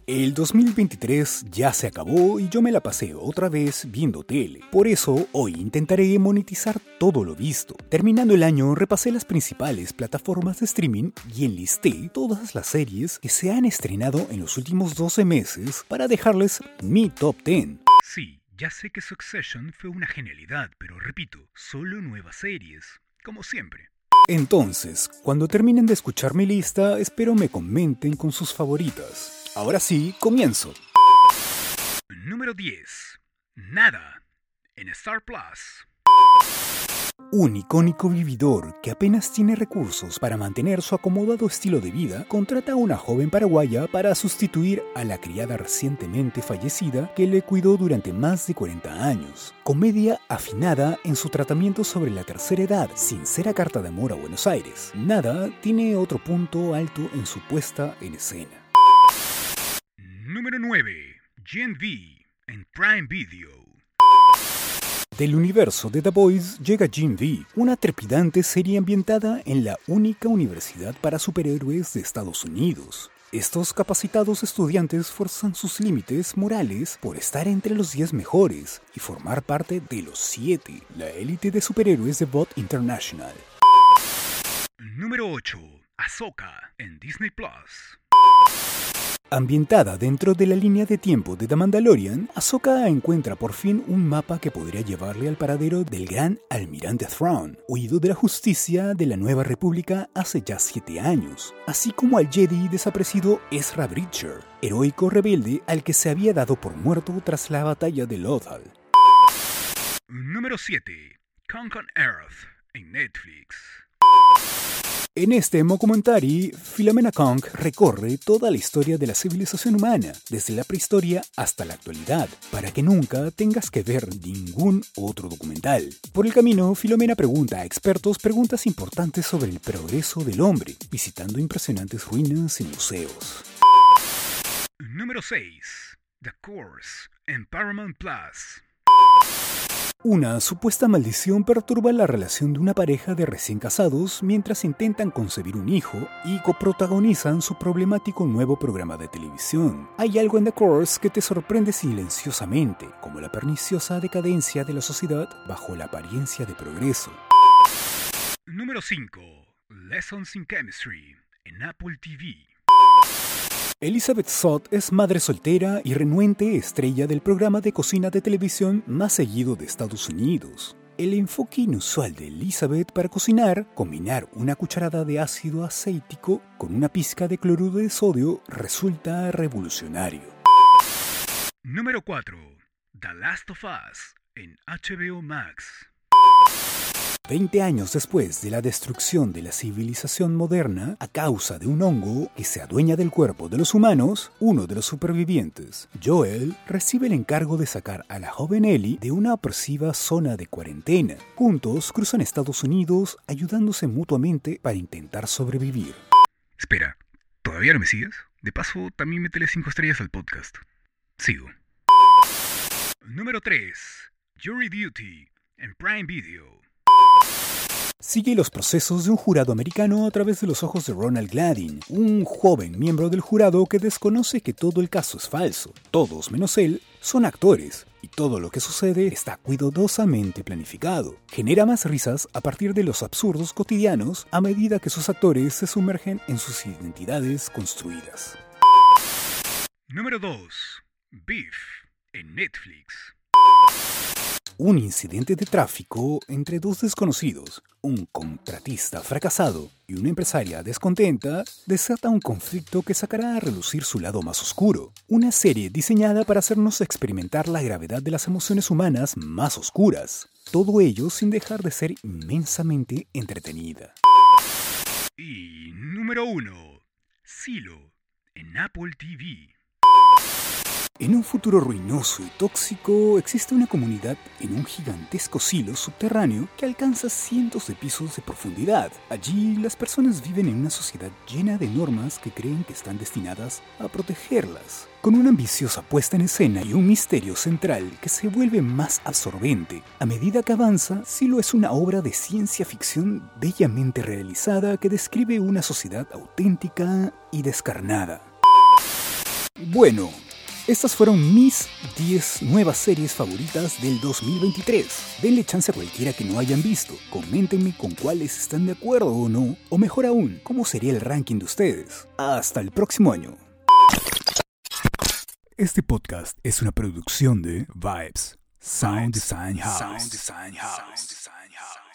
El 2023 ya se acabó y yo me la pasé otra vez viendo tele. Por eso, hoy intentaré monetizar todo lo visto. Terminando el año, repasé las principales plataformas de streaming y enlisté todas las series que se han estrenado en los últimos 12 meses para dejarles mi top 10. Sí, ya sé que Succession fue una genialidad, pero repito, solo nuevas series, como siempre. Entonces, cuando terminen de escuchar mi lista, espero me comenten con sus favoritas. Ahora sí, comienzo. Número 10. Nada, en Star Plus. Un icónico vividor que apenas tiene recursos para mantener su acomodado estilo de vida, contrata a una joven paraguaya para sustituir a la criada recientemente fallecida que le cuidó durante más de 40 años. Comedia afinada en su tratamiento sobre la tercera edad, sincera carta de amor a Buenos Aires. Nada tiene otro punto alto en su puesta en escena. Número 9. Gen V, en Prime Video. Del universo de The Boys llega Gen V, una trepidante serie ambientada en la única universidad para superhéroes de Estados Unidos. Estos capacitados estudiantes forzan sus límites morales por estar entre los 10 mejores y formar parte de los 7, la élite de superhéroes de Bot International. Número 8. Ahsoka, en Disney Plus. Ambientada dentro de la línea de tiempo de The Mandalorian, Ahsoka encuentra por fin un mapa que podría llevarle al paradero del gran almirante Thrawn, huido de la justicia de la Nueva República hace ya 7 años, así como al Jedi desaparecido Ezra Bridger, heroico rebelde al que se había dado por muerto tras la batalla de Lothal. Número 7. Kong on Earth, en Netflix. En este mockumentary, Philomena Kong recorre toda la historia de la civilización humana, desde la prehistoria hasta la actualidad, para que nunca tengas que ver ningún otro documental. Por el camino, Philomena pregunta a expertos preguntas importantes sobre el progreso del hombre, visitando impresionantes ruinas y museos. Número 6. The Course, en Paramount Plus. Una supuesta maldición perturba la relación de una pareja de recién casados mientras intentan concebir un hijo y coprotagonizan su problemático nuevo programa de televisión. Hay algo en The Course que te sorprende silenciosamente, como la perniciosa decadencia de la sociedad bajo la apariencia de progreso. Número 5. Lessons in Chemistry, en Apple TV. Elizabeth Zott es madre soltera y renuente estrella del programa de cocina de televisión más seguido de Estados Unidos. El enfoque inusual de Elizabeth para cocinar, combinar una cucharada de ácido acético con una pizca de cloruro de sodio, resulta revolucionario. Número 4. The Last of Us, en HBO Max. 20 años después de la destrucción de la civilización moderna a causa de un hongo que se adueña del cuerpo de los humanos, uno de los supervivientes, Joel, recibe el encargo de sacar a la joven Ellie de una opresiva zona de cuarentena. Juntos cruzan Estados Unidos ayudándose mutuamente para intentar sobrevivir. Espera, ¿todavía no me sigues? De paso, también métele 5 estrellas al podcast. Sigo. Número 3. Jury Duty, en Prime Video. Sigue los procesos de un jurado americano a través de los ojos de Ronald Gladden, un joven miembro del jurado que desconoce que todo el caso es falso. Todos, menos él, son actores, y todo lo que sucede está cuidadosamente planificado. Genera más risas a partir de los absurdos cotidianos a medida que sus actores se sumergen en sus identidades construidas. Número 2. Beef, en Netflix. Un incidente de tráfico entre dos desconocidos, un contratista fracasado y una empresaria descontenta, desata un conflicto que sacará a relucir su lado más oscuro. Una serie diseñada para hacernos experimentar la gravedad de las emociones humanas más oscuras. Todo ello sin dejar de ser inmensamente entretenida. Y número 1. Silo, en Apple TV. En un futuro ruinoso y tóxico, existe una comunidad en un gigantesco silo subterráneo que alcanza cientos de pisos de profundidad. Allí, las personas viven en una sociedad llena de normas que creen que están destinadas a protegerlas. Con una ambiciosa puesta en escena y un misterio central que se vuelve más absorbente, a medida que avanza, Silo es una obra de ciencia ficción bellamente realizada que describe una sociedad auténtica y descarnada. Bueno, estas fueron mis 10 nuevas series favoritas del 2023. Denle chance a cualquiera que no hayan visto. Coméntenme con cuáles están de acuerdo o no. O mejor aún, cómo sería el ranking de ustedes. Hasta el próximo año. Este podcast es una producción de Vibes Sound Design House.